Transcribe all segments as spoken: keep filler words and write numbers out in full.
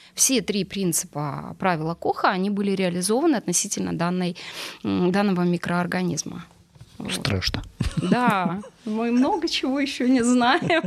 Все три принципа правила Коха, они были реализованы относительно данной, данного микроорганизма. Страшно. Вот. Да, мы много чего еще не знаем.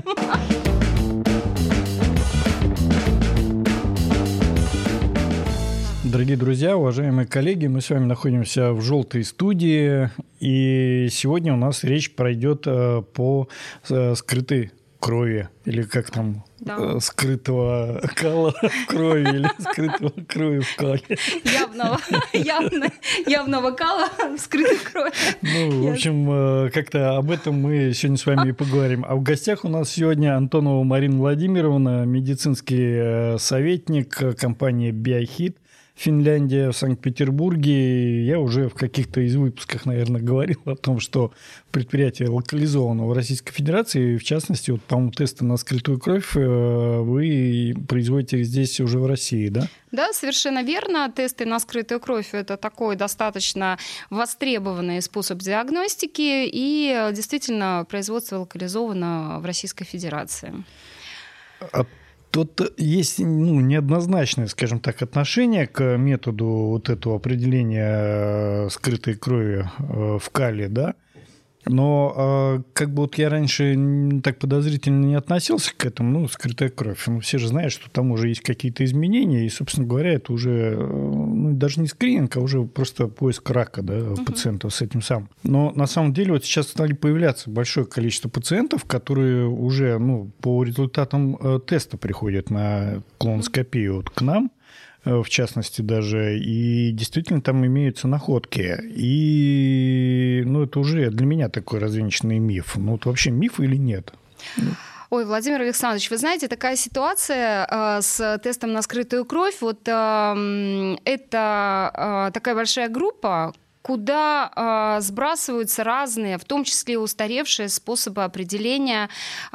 Дорогие друзья, уважаемые коллеги, мы с вами находимся в «Желтой студии», и сегодня у нас речь пройдет по скрытой крови, или как там, да. скрытого кала в крови, или скрытого крови в кале. Явного, явно, явного кала в скрытой крови. Ну, в общем, как-то об этом мы сегодня с вами и поговорим. А в гостях у нас сегодня Антонова Марина Владимировна, медицинский советник компании «Биохит», Финляндия, в Санкт-Петербурге. Я уже в каких-то из выпусках, наверное, говорил о том, что предприятие локализовано в Российской Федерации. В частности, вот, по-моему, тесты на скрытую кровь вы производите здесь уже в России, да? Да, совершенно верно. Тесты на скрытую кровь – это такой достаточно востребованный способ диагностики, и действительно производство локализовано в Российской Федерации. А тут есть, ну, неоднозначное, скажем так, отношение к методу вот этого определения скрытой крови в кале, да? Но как бы вот я раньше так подозрительно не относился к этому, ну, скрытая кровь. Ну, все же знают, что там уже есть какие-то изменения, и, собственно говоря, это уже, ну, даже не скрининг, а уже просто поиск рака, да, uh-huh. пациентов с этим самым. Но на самом деле вот сейчас стали появляться большое количество пациентов, которые уже, ну, по результатам теста приходят на колоноскопию вот к нам, в частности даже, и действительно там имеются находки. И, ну, это уже для меня такой развенчанный миф. Ну, это вообще миф или нет? Ой, Владимир Александрович, вы знаете, такая ситуация э, с тестом на скрытую кровь, вот э, это э, такая большая группа, куда э, сбрасываются разные, в том числе устаревшие способы определения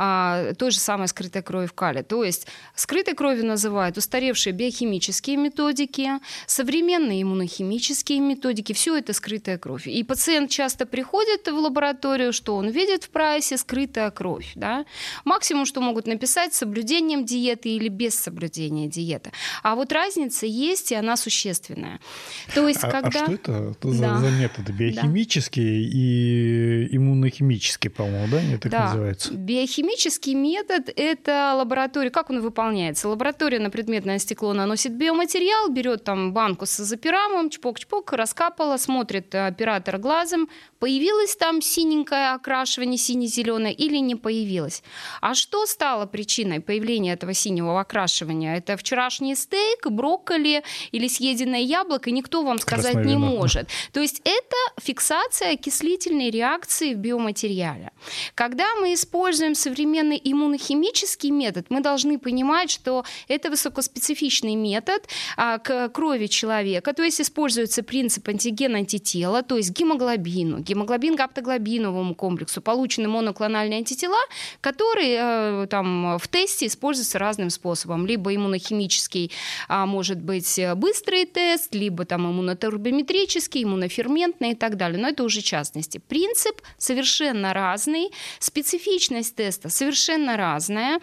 э, той же самой скрытой крови в кале. То есть скрытой кровью называют устаревшие биохимические методики, современные иммунохимические методики. Все это скрытая кровь. И пациент часто приходит в лабораторию, что он видит в прайсе скрытая кровь. Да? Максимум, что могут написать, с соблюдением диеты или без соблюдения диеты. А вот разница есть, и она существенная. То есть, а, когда... а что это? Да. За методы биохимические да. и иммунохимические, по-моему, да, они так да. называются? Биохимический метод – это лаборатория. Как он выполняется? Лаборатория на предметное стекло наносит биоматериал, берет там банку с изопирамом, чпок-чпок, раскапала, смотрит оператор глазом, появилось там синенькое окрашивание, сине-зеленое или не появилось. А что стало причиной появления этого синего окрашивания? Это вчерашний стейк, брокколи или съеденное яблоко, никто вам сказать Красное не вино. Может. То есть это фиксация окислительной реакции в биоматериале. Когда мы используем современный иммунохимический метод, мы должны понимать, что это высокоспецифичный метод а, к крови человека, то есть используется принцип антиген-антитела, то есть гемоглобину, гемоглобин-гаптоглобиновому комплексу получены моноклональные антитела, которые э, там, в тесте используются разным способом. Либо иммунохимический, а, может быть быстрый тест, либо там иммунотурбометрический, иммуноферментный и так далее. Но это уже частности. Принцип совершенно разный, специфичность теста совершенно разная.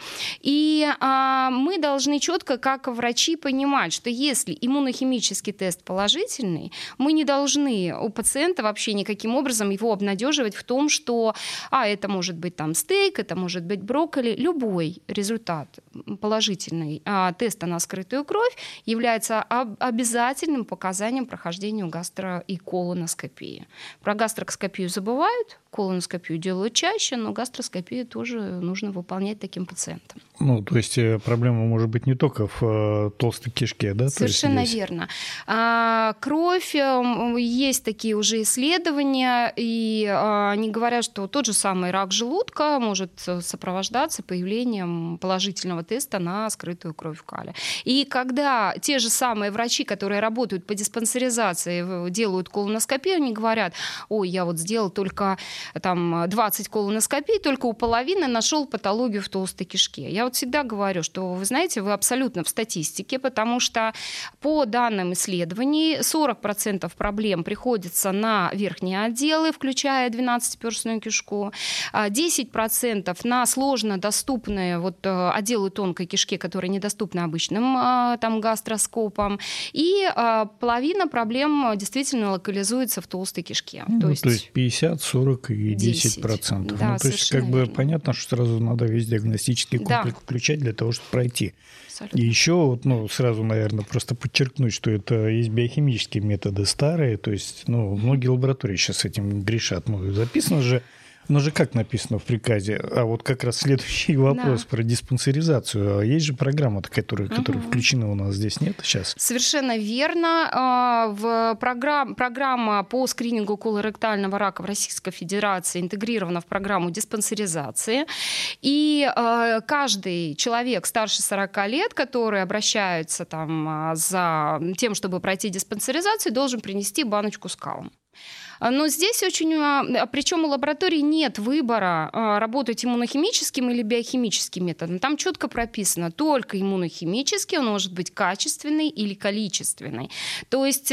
И а, мы должны четко, как врачи, понимать, что если иммунохимический тест положительный, мы не должны у пациента вообще никаким образом его обнадеживать в том, что а, это может быть там стейк, это может быть брокколи. Любой результат положительный а, теста на скрытую кровь является об- обязательным показанием прохождения гастро- и колоноскопии. Про гастроскопию забывают, колоноскопию делают чаще, но гастроскопию тоже нужно выполнять таким пациентам. Ну, то есть проблема может быть не только в толстой кишке, да? Совершенно есть... верно. А, кровь, есть такие уже исследования, и а, они говорят, что тот же самый рак желудка может сопровождаться появлением положительного теста на скрытую кровь в кале. И когда те же самые врачи, которые работают по диспансеризации, делают колоноскопию, колоноскопию, они говорят: ой, я вот сделал только там двадцать колоноскопий, только у половины нашел патологию в толстой кишке. Я вот всегда говорю, что, вы знаете, вы абсолютно в статистике, потому что по данным исследований сорок процентов проблем приходится на верхние отделы, включая двенадцатиперстную кишку, десять процентов на сложно доступные вот отделы тонкой кишки, которые недоступны обычным там гастроскопом, и половина проблем действительно локализуется в толстой кишке. Ну, то, есть... то есть пятьдесят, сорок и десять процентов. Да, ну, то есть как верно. бы понятно, что сразу надо весь диагностический комплекс да. включать для того, чтобы пройти. Абсолютно. И еще ну, сразу, наверное, просто подчеркнуть, что это есть биохимические методы старые, то есть ну, многие лаборатории сейчас этим грешат. Ну, записано же, но же как написано в приказе? А вот как раз следующий вопрос да. про диспансеризацию. Есть же программа, которая, угу. которая включена у нас здесь, нет сейчас? Совершенно верно. В программ, программа по скринингу колоректального рака в Российской Федерации интегрирована в программу диспансеризации. И каждый человек старше сорока лет, который обращается там за тем, чтобы пройти диспансеризацию, должен принести баночку с калом. Но здесь очень... Причем у лаборатории нет выбора, работать иммунохимическим или биохимическим методом. Там четко прописано, только иммунохимический, он может быть качественный или количественный. То есть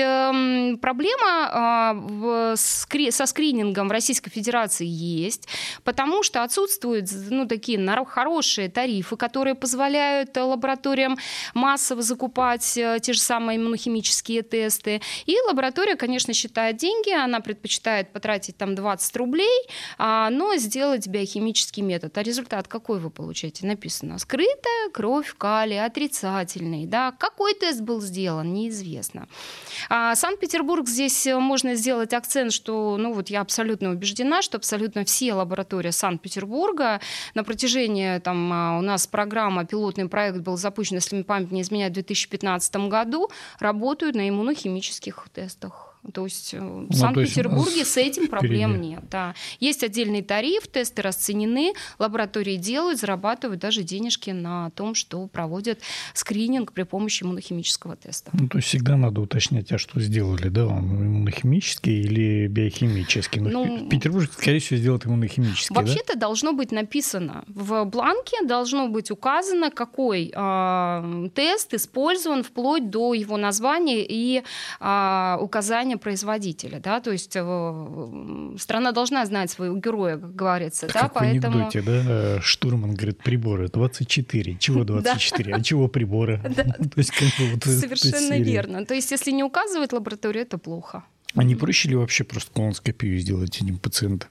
проблема со скринингом в Российской Федерации есть, потому что отсутствуют ну, такие хорошие тарифы, которые позволяют лабораториям массово закупать те же самые иммунохимические тесты. И лаборатория, конечно, считает деньги, она предпочитает потратить там двадцать рублей, а, но сделать биохимический метод. А результат какой вы получаете? Написано: скрытая кровь калия, отрицательный. Да? Какой тест был сделан, неизвестно. А Санкт-Петербург, здесь можно сделать акцент, что ну, вот я абсолютно убеждена, что абсолютно все лаборатории Санкт-Петербурга на протяжении, там, у нас программа, пилотный проект был запущен, если мне память не изменяет, в две тысячи пятнадцатом году, работают на иммунохимических тестах. То есть ну, в Санкт-Петербурге с этим проблем впереди. Нет. Да. Есть отдельный тариф, тесты расценены, лаборатории делают, зарабатывают даже денежки на том, что проводят скрининг при помощи иммунохимического теста. Ну, то есть всегда надо уточнять, а что сделали, да, он иммунохимический или биохимический. Но ну, в Петербурге, скорее всего, сделают иммунохимический. Вообще-то да? должно быть написано в бланке, должно быть указано, какой э, тест использован, вплоть до его названия и э, указания производителя, да, то есть э, страна должна знать своего героя, как говорится, как да, в поэтому... анекдоте, да, штурман говорит: приборы двадцать четыре, чего двадцать четыре, а чего приборы? Совершенно верно, то есть если не указывает лаборатория, это плохо. А не проще ли вообще просто колоноскопию сделать этим пациентам?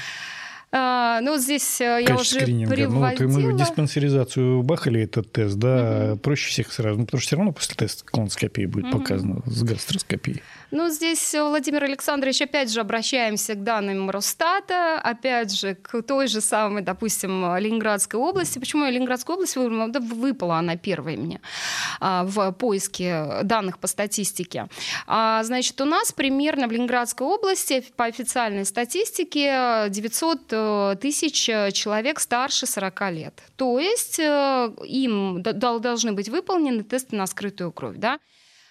А, ну, здесь я уже приводила. Ну, вот мы в диспансеризацию бахали этот тест, да, угу. проще всех сразу, ну, потому что все равно после теста колоноскопии будет угу. показано с гастроскопией. Ну, здесь, Владимир Александрович, опять же обращаемся к данным Росстата, опять же к той же самой, допустим, Ленинградской области. Почему я Ленинградскую область выпала? Да, выпала она первой мне в поиске данных по статистике. Значит, у нас примерно в Ленинградской области по официальной статистике девятьсот тысяч человек старше сорока лет. То есть им должны быть выполнены тесты на скрытую кровь, да?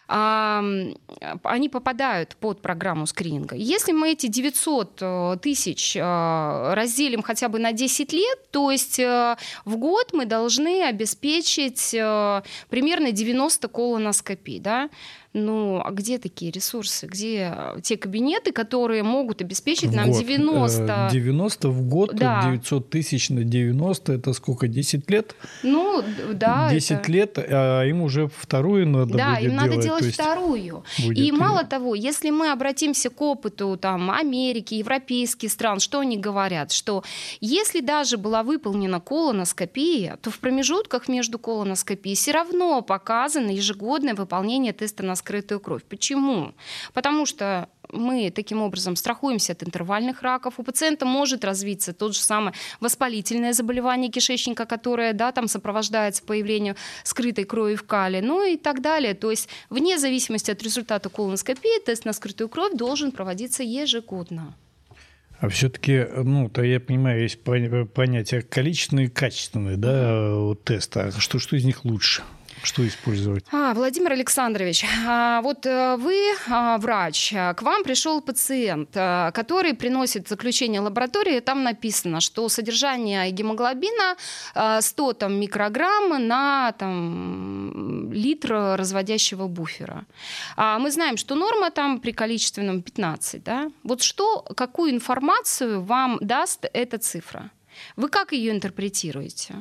Они попадают под программу скрининга. Если мы эти девятьсот тысяч разделим хотя бы на десять лет, то есть в год мы должны обеспечить примерно девяносто колоноскопий, да? Ну, а где такие ресурсы? Где те кабинеты, которые могут обеспечить нам год. девяносто? девяносто в год, да. девятьсот тысяч на девяносто, это сколько, десять лет? Ну, да. десять это... лет, а им уже вторую надо да, будет им делать. надо делать вторую. Будет... И мало того, если мы обратимся к опыту там, Америки, европейских стран, что они говорят? Что если даже была выполнена колоноскопия, то в промежутках между колоноскопией все равно показано ежегодное выполнение теста на скрытую кровь. Почему? Потому что мы таким образом страхуемся от интервальных раков. У пациента может развиться тот же самое воспалительное заболевание кишечника, которое да, там сопровождается появлением скрытой крови в кале, ну и так далее. То есть вне зависимости от результата колоноскопии тест на скрытую кровь должен проводиться ежегодно. А все-таки, ну, то я понимаю, есть понятие количественный и качественный, да, mm-hmm. теста. Что, что из них лучше? Что использовать? А, Владимир Александрович, а, вот вы а, врач, к вам пришел пациент, а, который приносит заключение лаборатории, там написано, что содержание гемоглобина а, сто там, микрограмм на там, литр разводящего буфера. А мы знаем, что норма там при количественном пятнадцать. Да? Вот что, какую информацию вам даст эта цифра? Вы как ее интерпретируете?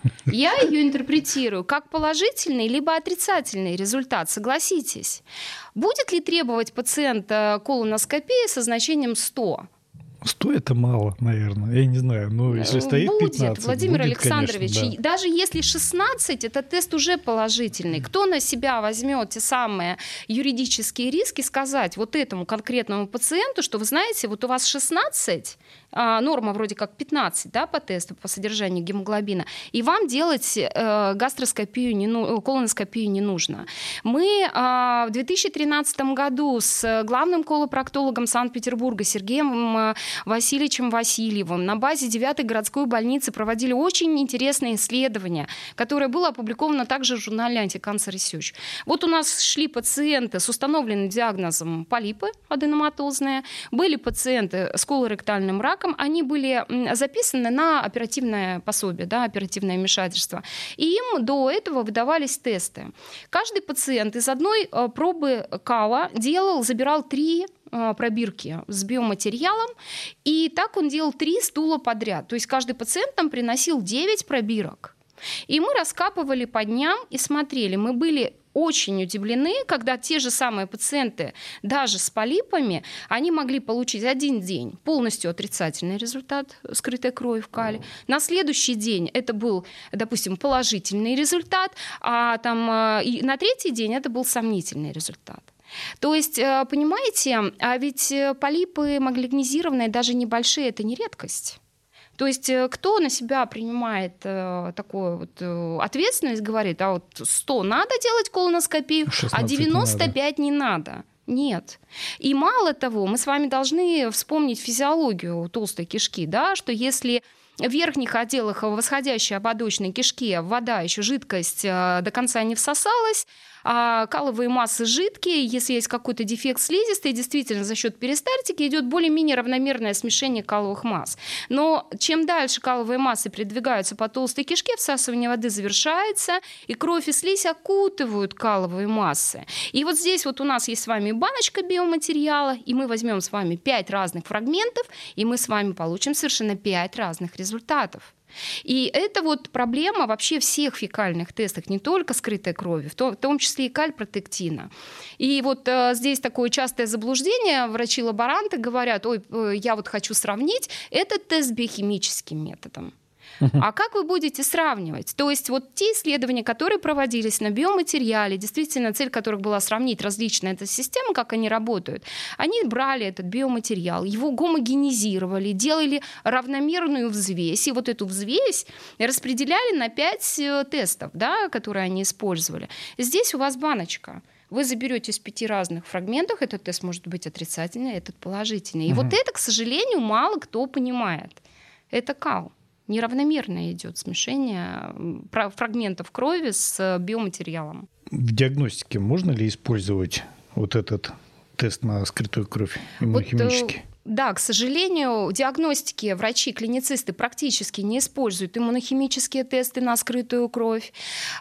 Я ее интерпретирую как положительный либо отрицательный результат, согласитесь. Будет ли требовать пациент колоноскопии со значением сто? сто это мало, наверное. Я не знаю. Но если стоит будет, пятнадцать, Владимир будет, Александрович, конечно, да. Даже если шестнадцать, этот тест уже положительный. Кто на себя возьмет те самые юридические риски сказать вот этому конкретному пациенту, что вы знаете, вот у вас шестнадцать, а, норма вроде как пятнадцать, да, по тесту, по содержанию гемоглобина, и вам делать э, гастроскопию, не, ну, колоноскопию не нужно. Мы э, в две тысячи тринадцатом году с главным колопроктологом Санкт-Петербурга Сергеем Васильевичем Васильевым на базе девятой городской больницы проводили очень интересное исследование, которое было опубликовано также в журнале «Антиканцер Research». Вот у нас шли пациенты с установленным диагнозом полипы аденоматозные, были пациенты с колоректальным раком, они были записаны на оперативное пособие, да, оперативное вмешательство, и им до этого выдавались тесты. Каждый пациент из одной пробы кала делал, забирал три пробирки с биоматериалом, и так он делал три стула подряд. То есть каждый пациент нам приносил девять пробирок. И мы раскапывали по дням и смотрели. Мы были очень удивлены, когда те же самые пациенты, даже с полипами, они могли получить один день полностью отрицательный результат, скрытой крови в кале. На следующий день это был, допустим, положительный результат, а там, и на третий день это был сомнительный результат. То есть, понимаете, а ведь полипы маглигнизированные, даже небольшие, это не редкость. То есть кто на себя принимает э, такую вот э, ответственность, говорит, а вот сто надо делать колоноскопию, а девяносто пять не надо. Нет. И мало того, мы с вами должны вспомнить физиологию толстой кишки, да, что если в верхних отделах восходящей ободочной кишки вода, еще жидкость э, до конца не всосалась, а каловые массы жидкие, если есть какой-то дефект слизистой, действительно за счет перистальтики идет более-менее равномерное смешение каловых масс. Но чем дальше каловые массы передвигаются по толстой кишке, всасывание воды завершается, и кровь и слизь окутывают каловые массы. И вот здесь вот у нас есть с вами баночка биоматериала, и мы возьмем с вами пять разных фрагментов, и мы с вами получим совершенно пять разных результатов. И это вот проблема вообще всех фекальных тестов, не только скрытой крови, в том, в том числе и кальпротектина. И вот э, здесь такое частое заблуждение. Врачи-лаборанты говорят, ой, э, я вот хочу сравнить этот тест с биохимическим методом. А как вы будете сравнивать? То есть вот те исследования, которые проводились на биоматериале, действительно цель которых была сравнить различные эти системы, как они работают, они брали этот биоматериал, его гомогенизировали, делали равномерную взвесь, и вот эту взвесь распределяли на пять тестов, да, которые они использовали. Здесь у вас баночка. Вы заберете из пяти разных фрагментов, этот тест может быть отрицательный, этот положительный. И угу. вот это, к сожалению, мало кто понимает. Это кал. Неравномерно идет смешение фрагментов крови с биоматериалом. В диагностике можно ли использовать вот этот тест на скрытую кровь иммунохимический? Вот, да, к сожалению, в диагностике врачи-клиницисты практически не используют иммунохимические тесты на скрытую кровь.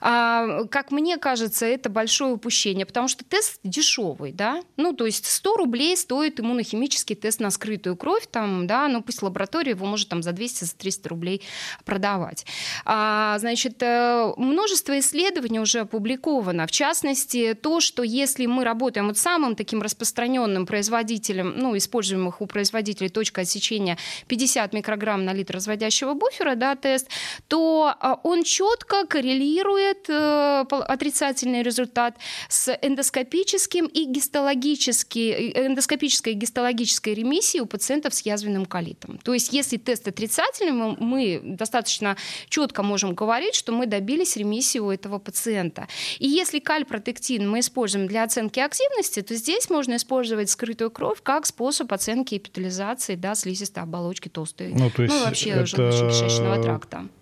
А, как мне кажется, это большое упущение, потому что тест дешевый, да, ну, то есть сто рублей стоит иммунохимический тест на скрытую кровь, там, да, ну, пусть лаборатория его может там за двести, за триста рублей продавать. А, значит, множество исследований уже опубликовано, в частности, то, что если мы работаем вот самым таким распространенным производителем, ну, используемых у производителей точка отсечения пятьдесят микрограмм на литр разводящего буфера, да, тест, то он четко коррелирует э, отрицательный результат с эндоскопическим и гистологической, эндоскопической и гистологической ремиссией у пациентов с язвенным колитом. То есть если тест отрицательный, мы, мы достаточно четко можем говорить, что мы добились ремиссии у этого пациента. И если кальпротектин мы используем для оценки активности, то здесь можно использовать скрытую кровь как способ оценки эпителизации, да, слизистой оболочки толстой, ну, то есть ну и вообще желудочно-кишечного тракта.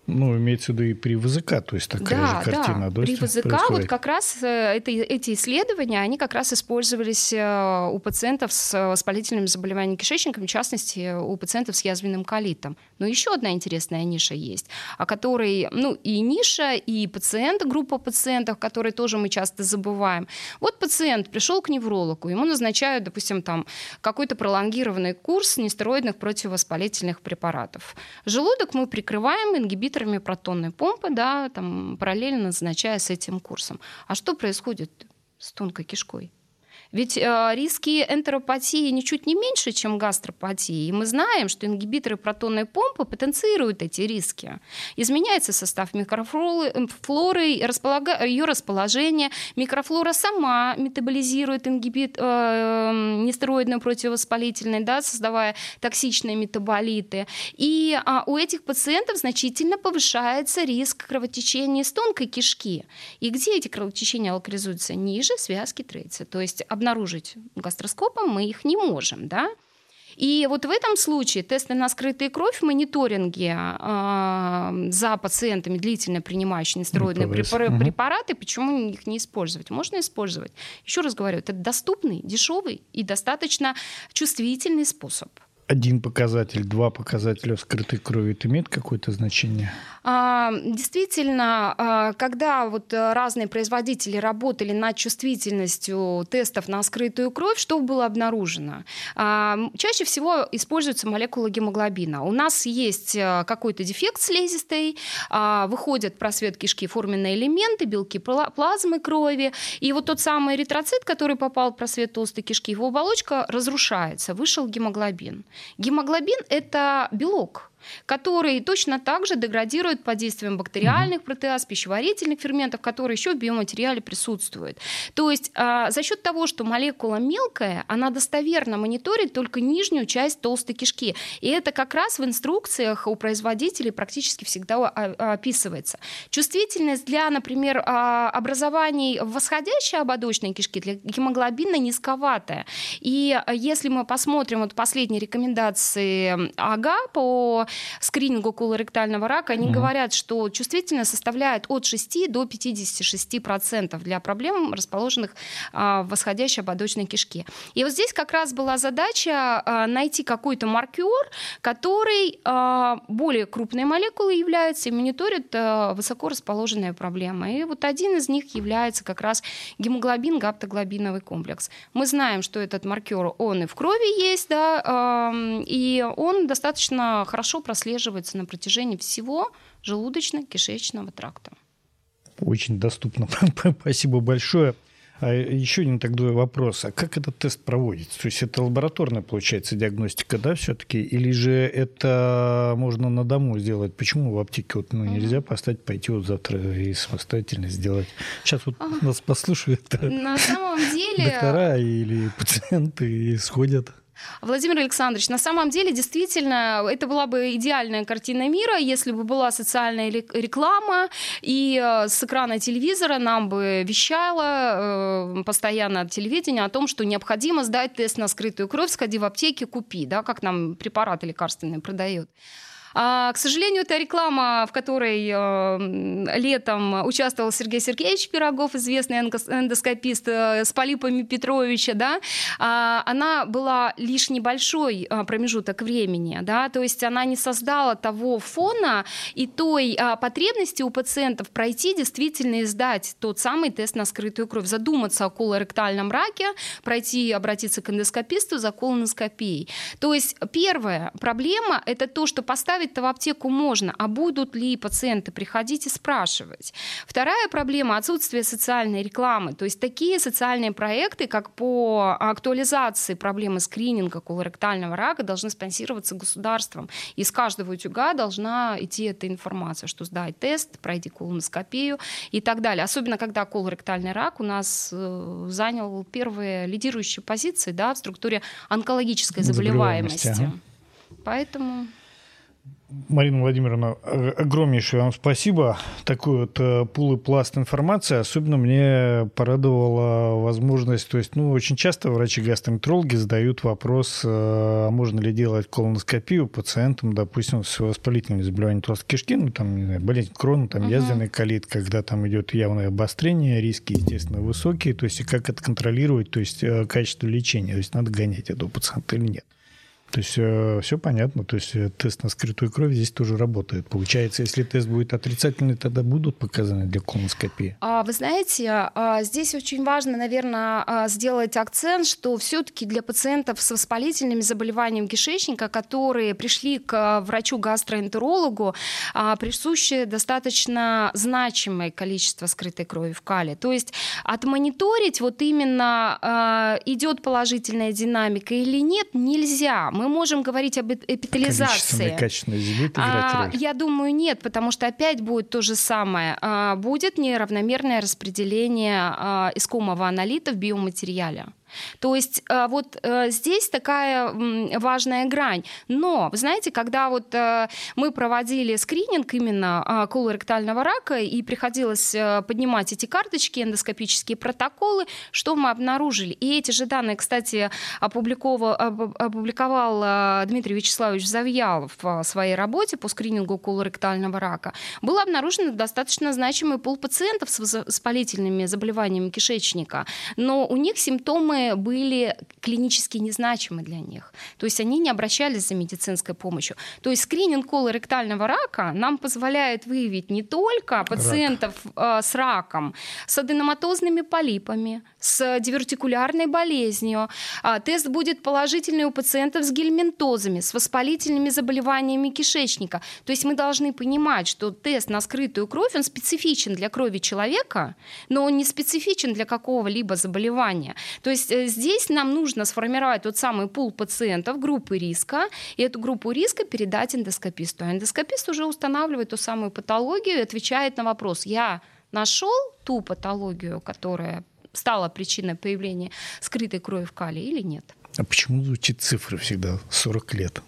Ну, имеется в виду и при ВЗК, то есть такая да, же картина. Да, при ВЗК происходит? Вот как раз это, эти исследования, они как раз использовались у пациентов с воспалительными заболеваниями кишечника, в частности, у пациентов с язвенным колитом. Но еще одна интересная ниша есть, о которой, ну, и ниша, и пациент, группа пациентов, которые тоже мы часто забываем. Вот пациент пришел к неврологу, ему назначают, допустим, там какой-то пролонгированный курс нестероидных противовоспалительных препаратов. Желудок мы прикрываем ингибиторами протонной помпы, да, там, параллельно назначая с этим курсом. А что происходит с тонкой кишкой? Ведь э, риски энтеропатии ничуть не меньше, чем гастропатии. И мы знаем, что ингибиторы протонной помпы потенцируют эти риски. Изменяется состав микрофлоры, ее расположение. Микрофлора сама метаболизирует ингибит, э, нестероидные противовоспалительные, да, создавая токсичные метаболиты. И э, у этих пациентов значительно повышается риск кровотечения из тонкой кишки. И где эти кровотечения локализуются? Ниже связки Трейца. То есть обнаружить гастроскопом мы их не можем, да? И вот в этом случае тесты на скрытую кровь в мониторинге э, за пациентами, длительно принимающими стероидные препар- угу. препараты, почему их не использовать? Можно использовать. Еще раз говорю, это доступный, дешевый и достаточно чувствительный способ. Один показатель, два показателя скрытой крови, это имеет какое-то значение? Действительно, когда вот разные производители работали над чувствительностью тестов на скрытую кровь, что было обнаружено? Чаще всего используется молекула гемоглобина. У нас есть какой-то дефект слизистой, выходят в просвет кишки форменные элементы, белки плазмы крови, и вот тот самый эритроцит, который попал в просвет толстой кишки, его оболочка разрушается, вышел гемоглобин. Гемоглобин – это белок, который точно так же деградирует под действием бактериальных протеаз, пищеварительных ферментов, которые еще в биоматериале присутствуют. То есть а, за счет того, что молекула мелкая, она достоверно мониторит только нижнюю часть толстой кишки. И это как раз в инструкциях у производителей практически всегда описывается. Чувствительность для, например, образований в восходящей ободочной кишки для гемоглобина низковатая. И если мы посмотрим вот последние рекомендации АГА по скринингу колоректального рака, они mm-hmm. говорят, что чувствительность составляет от шести до пятидесяти шести процентов для проблем, расположенных а, в восходящей ободочной кишке. И вот здесь как раз была задача а, найти какой-то маркер, который а, более крупной молекулой является и мониторит а, высоко расположенные проблемы. И вот один из них является как раз гемоглобин, гаптоглобиновый комплекс. Мы знаем, что этот маркер, он и в крови есть, да, а, и он достаточно хорошо прослеживается на протяжении всего желудочно-кишечного тракта. Очень доступно. Спасибо большое. А еще один такой вопрос. А как этот тест проводится? То есть это лабораторная, получается, диагностика, да, все-таки? Или же это можно на дому сделать? Почему в аптеке вот, ну, нельзя поставить, пойти вот завтра и самостоятельно сделать? Сейчас вот ага. нас послушают на самом деле... доктора или пациенты и сходят. Владимир Александрович, на самом деле, действительно, это была бы идеальная картина мира, если бы была социальная реклама, и с экрана телевизора нам бы вещало постоянно телевидение о том, что необходимо сдать тест на скрытую кровь, сходи в аптеке, купи, да, как нам препараты лекарственные продают. А, к сожалению, это реклама, в которой э, летом участвовал Сергей Сергеевич Пирогов, известный эндоскопист э, с полипами Петровича, да, а, она была лишь небольшой э, промежуток времени, да, то есть она не создала того фона и той э, потребности у пациентов пройти действительно и сдать тот самый тест на скрытую кровь, задуматься о колоректальном раке, пройти, обратиться к эндоскописту за колоноскопией. То есть первая проблема – это то, что поставить в аптеку можно, а будут ли пациенты приходить и спрашивать. Вторая проблема – отсутствие социальной рекламы. То есть такие социальные проекты, как по актуализации проблемы скрининга колоректального рака, должны спонсироваться государством. Из каждого утюга должна идти эта информация, что сдай тест, пройди колоноскопию и так далее. Особенно, когда колоректальный рак у нас занял первые лидирующие позиции, да, в структуре онкологической заболеваемости. заболеваемости. Ага. Поэтому... Марина Владимировна, огромнейшее вам спасибо. Такой вот пул и пласт информации. Особенно мне порадовала возможность, то есть, ну, очень часто врачи-гастроэнтерологи задают вопрос, а можно ли делать колоноскопию пациентам, допустим, с воспалительными заболеваниями толстой кишки, ну, там, не знаю, болезнь Крона, там, uh-huh. язвенный колит, когда там идет явное обострение, риски, естественно, высокие, то есть, и как это контролировать, то есть, качество лечения, то есть, надо гонять этого пациента или нет. То есть э, все понятно, то есть э, тест на скрытую кровь здесь тоже работает. Получается, если тест будет отрицательный, тогда будут показания для колоноскопии? А, вы знаете, здесь очень важно, наверное, сделать акцент, что все-таки для пациентов с воспалительными заболеваниями кишечника, которые пришли к врачу-гастроэнтерологу, присуще достаточно значимое количество скрытой крови в кале. То есть отмониторить вот именно идет положительная динамика или нет, нельзя. Мы можем говорить об эпителизации. Качественной земли играть роль? Я думаю, нет, потому что опять будет то же самое. Будет неравномерное распределение искомого аналита в биоматериале. То есть вот здесь такая важная грань. Но, вы знаете, когда вот мы проводили скрининг именно колоректального рака и приходилось поднимать эти карточки, эндоскопические протоколы, что мы обнаружили? И эти же данные, кстати, опубликовал, опубликовал Дмитрий Вячеславович Завьялов в своей работе по скринингу колоректального рака. Был обнаружен достаточно значимый пул пациентов с воспалительными заболеваниями кишечника, но у них симптомы были клинически незначимы для них. То есть они не обращались за медицинской помощью. То есть скрининг колоректального рака нам позволяет выявить не только пациентов Рак. с раком, с аденоматозными полипами, с дивертикулярной болезнью. Тест будет положительный у пациентов с гельминтозами, с воспалительными заболеваниями кишечника. То есть мы должны понимать, что тест на скрытую кровь, он специфичен для крови человека, но он не специфичен для какого-либо заболевания. То есть здесь нам нужно сформировать тот самый пул пациентов, группы риска, и эту группу риска передать эндоскописту. А эндоскопист уже устанавливает ту самую патологию и отвечает на вопрос: я нашел ту патологию, которая стала причиной появления скрытой крови в кале или нет? А почему звучит цифры всегда сорок лет?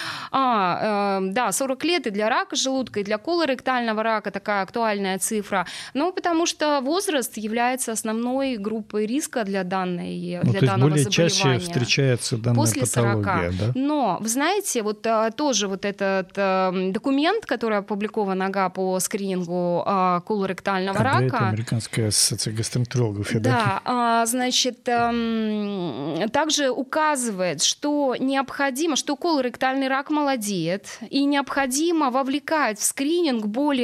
А, э, да, сорок лет и для рака желудка, и для колоректального рака такая актуальная цифра. Ну, потому что возраст является основной группой риска для, данной, ну, для то данного есть более заболевания. Чаще встречается данная после патология, сорока. Да? Но, вы знаете, вот тоже вот этот э, документ, который опубликован ага, по скринингу э, колоректального а, рака. Да, это Американская ассоциация гастроэнтерологов. Да, да? а, значит, э, также указывает, что необходимо, что колоректальный рак молодеет, и необходимо вовлекать в скрининг более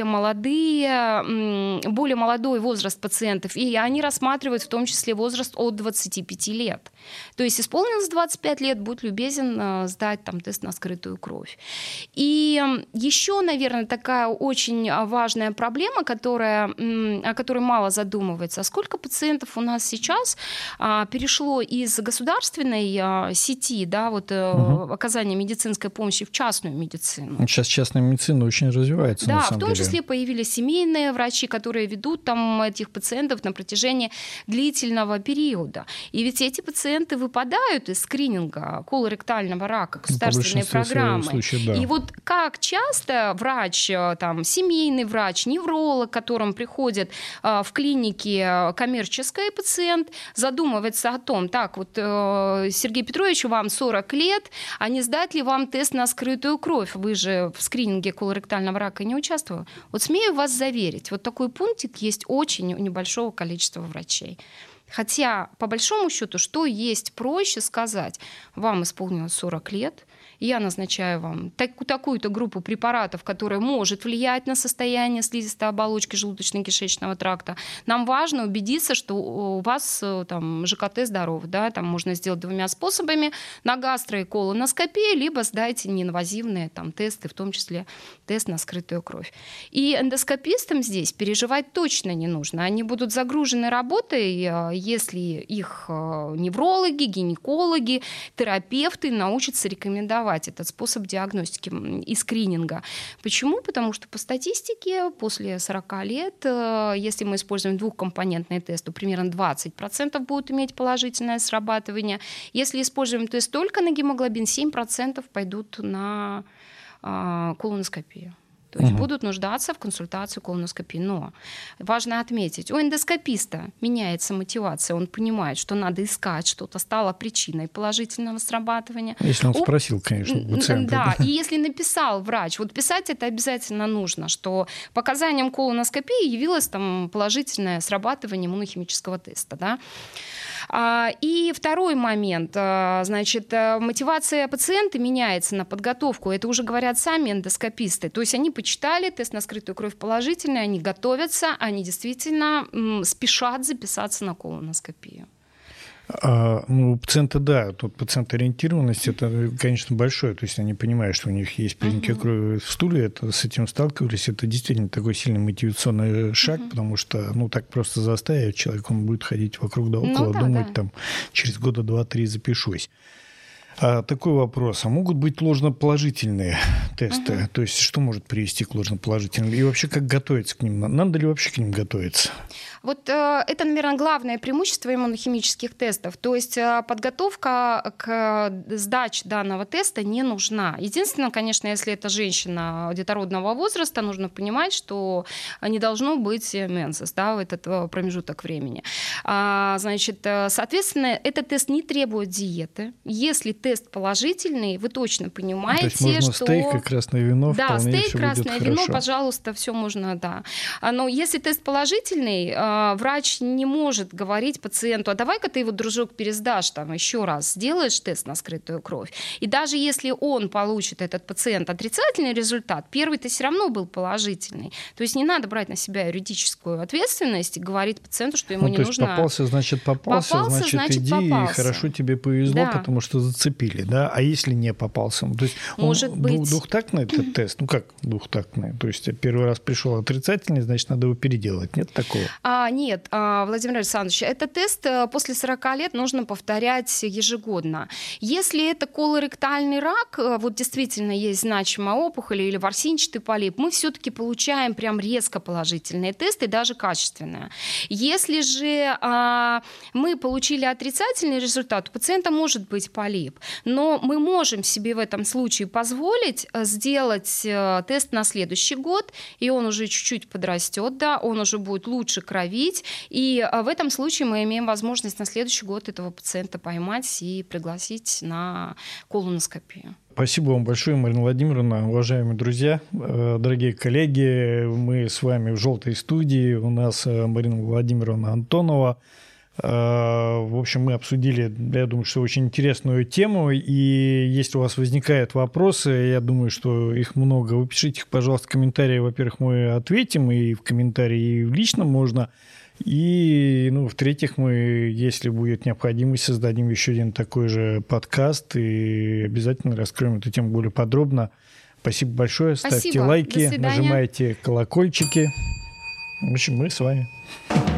молодые, более молодой возраст пациентов, и они рассматривают в том числе возраст от двадцати пяти лет. То есть исполнилось двадцать пять лет, будь любезен сдать там тест на скрытую кровь. И еще, наверное, такая очень важная проблема, которая, о которой мало задумывается. А сколько пациентов у нас сейчас а, перешло из государственной а, сети, да, вот, угу. оказания медицинской помощи в частную медицину? Сейчас частная медицина очень развивается. Да, на самом в том деле. числе появились семейные врачи, которые ведут там этих пациентов на протяжении длительного периода. И ведь эти пациенты выпадают из скрининга колоректального рака, государственной программы. Случаев, да. И вот как часто врач, там, семейный врач, невролог, к которым приходит в клинике коммерческий пациент, задумывается о том, так, вот, Сергей Петрович, вам сорок лет, а не сдать ли вам тест на скрытую кровь? Вы же в скрининге колоректального рака не участвовали. Вот смею вас заверить, вот такой пунктик есть очень у небольшого количества врачей. Хотя, по большому счету, что есть проще сказать? Вам исполнилось сорок лет, я назначаю вам так, такую-то группу препаратов, которая может влиять на состояние слизистой оболочки желудочно-кишечного тракта. Нам важно убедиться, что у вас там, ЖКТ здоров. Да? Там можно сделать двумя способами: на гастро- и колоноскопии, либо сдайте неинвазивные там, тесты, в том числе тест на скрытую кровь. И эндоскопистам здесь переживать точно не нужно. Они будут загружены работой, если их неврологи, гинекологи, терапевты научатся рекомендовать этот способ диагностики и скрининга. Почему? Потому что по статистике после сорока лет, если мы используем двухкомпонентный тест, то примерно двадцать процентов будут иметь положительное срабатывание. Если используем тест только на гемоглобин, семь процентов пойдут на колоноскопию. То есть угу. будут нуждаться в консультации колоноскопии. Но важно отметить, у эндоскописта меняется мотивация, он понимает, что надо искать что-то, стало причиной положительного срабатывания. Если он у... спросил, конечно, у пациента. Да, и если написал врач, вот писать это обязательно нужно, что показанием колоноскопии явилось там положительное срабатывание иммунохимического теста. Да? И второй момент, значит, мотивация пациента меняется на подготовку. Это уже говорят сами эндоскописты. То есть они почитали, тест на скрытую кровь положительный, они готовятся, они действительно спешат записаться на колоноскопию. А, ну, пациенты, да, тут пациент-ориентированность, это, конечно, большое, то есть они понимают, что у них есть признаки uh-huh. крови в стуле, это, с этим сталкивались, это действительно такой сильный мотивационный шаг, uh-huh. потому что, ну, так просто заставить человека, он будет ходить вокруг да около, ну, да, думать, да. там, через года два-три запишусь. А такой вопрос. А могут быть ложноположительные тесты? Uh-huh. То есть что может привести к ложноположительным? И вообще как готовиться к ним? Надо ли вообще к ним готовиться? Вот э, это, наверное, главное преимущество иммунохимических тестов. То есть э, подготовка к сдаче данного теста не нужна. Единственное, конечно, если это женщина детородного возраста, нужно понимать, что не должно быть менсес, да, в этот промежуток времени. А, значит, соответственно, этот тест не требует диеты. Если тест положительный, вы точно понимаете, что... То есть можно что... стейк и красное вино, да, вполне стейк, все красное будет вино, хорошо. Пожалуйста, все можно, да. Но если тест положительный, врач не может говорить пациенту, а давай-ка ты его, дружок, пересдашь там еще раз, сделаешь тест на скрытую кровь. И даже если он получит, этот пациент, отрицательный результат, первый-то все равно был положительный. То есть не надо брать на себя юридическую ответственность и говорить пациенту, что ему ну, не то есть нужно... попался, значит попался, попался значит, значит иди, попался. И хорошо тебе повезло, да. потому что зацепили, да? А если не попался? То есть Может он быть... двухтактный этот тест? Ну как двухтактный? То есть первый раз пришел отрицательный, значит, надо его переделать. Нет такого? А, нет, Владимир Александрович, этот тест после сорока лет нужно повторять ежегодно. Если это колоректальный рак, вот действительно есть значимая опухоль или ворсинчатый полип, мы все-таки получаем прям резко положительные тесты, даже качественные. Если же а, мы получили отрицательный результат, у пациента может быть полип, но мы можем себе в этом случае позволить сделать тест на следующий год, и он уже чуть-чуть подрастет, да, он уже будет лучше кровить, и в этом случае мы имеем возможность на следующий год этого пациента поймать и пригласить на колоноскопию. Спасибо вам большое, Марина Владимировна. Уважаемые друзья, дорогие коллеги, мы с вами в «Желтой студии». У нас Марина Владимировна Антонова. В общем, мы обсудили, я думаю, что очень интересную тему. И если у вас возникают вопросы, я думаю, что их много, вы пишите их, пожалуйста, в комментарии. Во-первых, мы ответим, и в комментарии, и в личном можно. И, ну, в-третьих, мы, если будет необходимость, создадим еще один такой же подкаст и обязательно раскроем эту тему более подробно. Спасибо большое. Спасибо. Ставьте лайки, нажимайте колокольчики. В общем, мы с вами.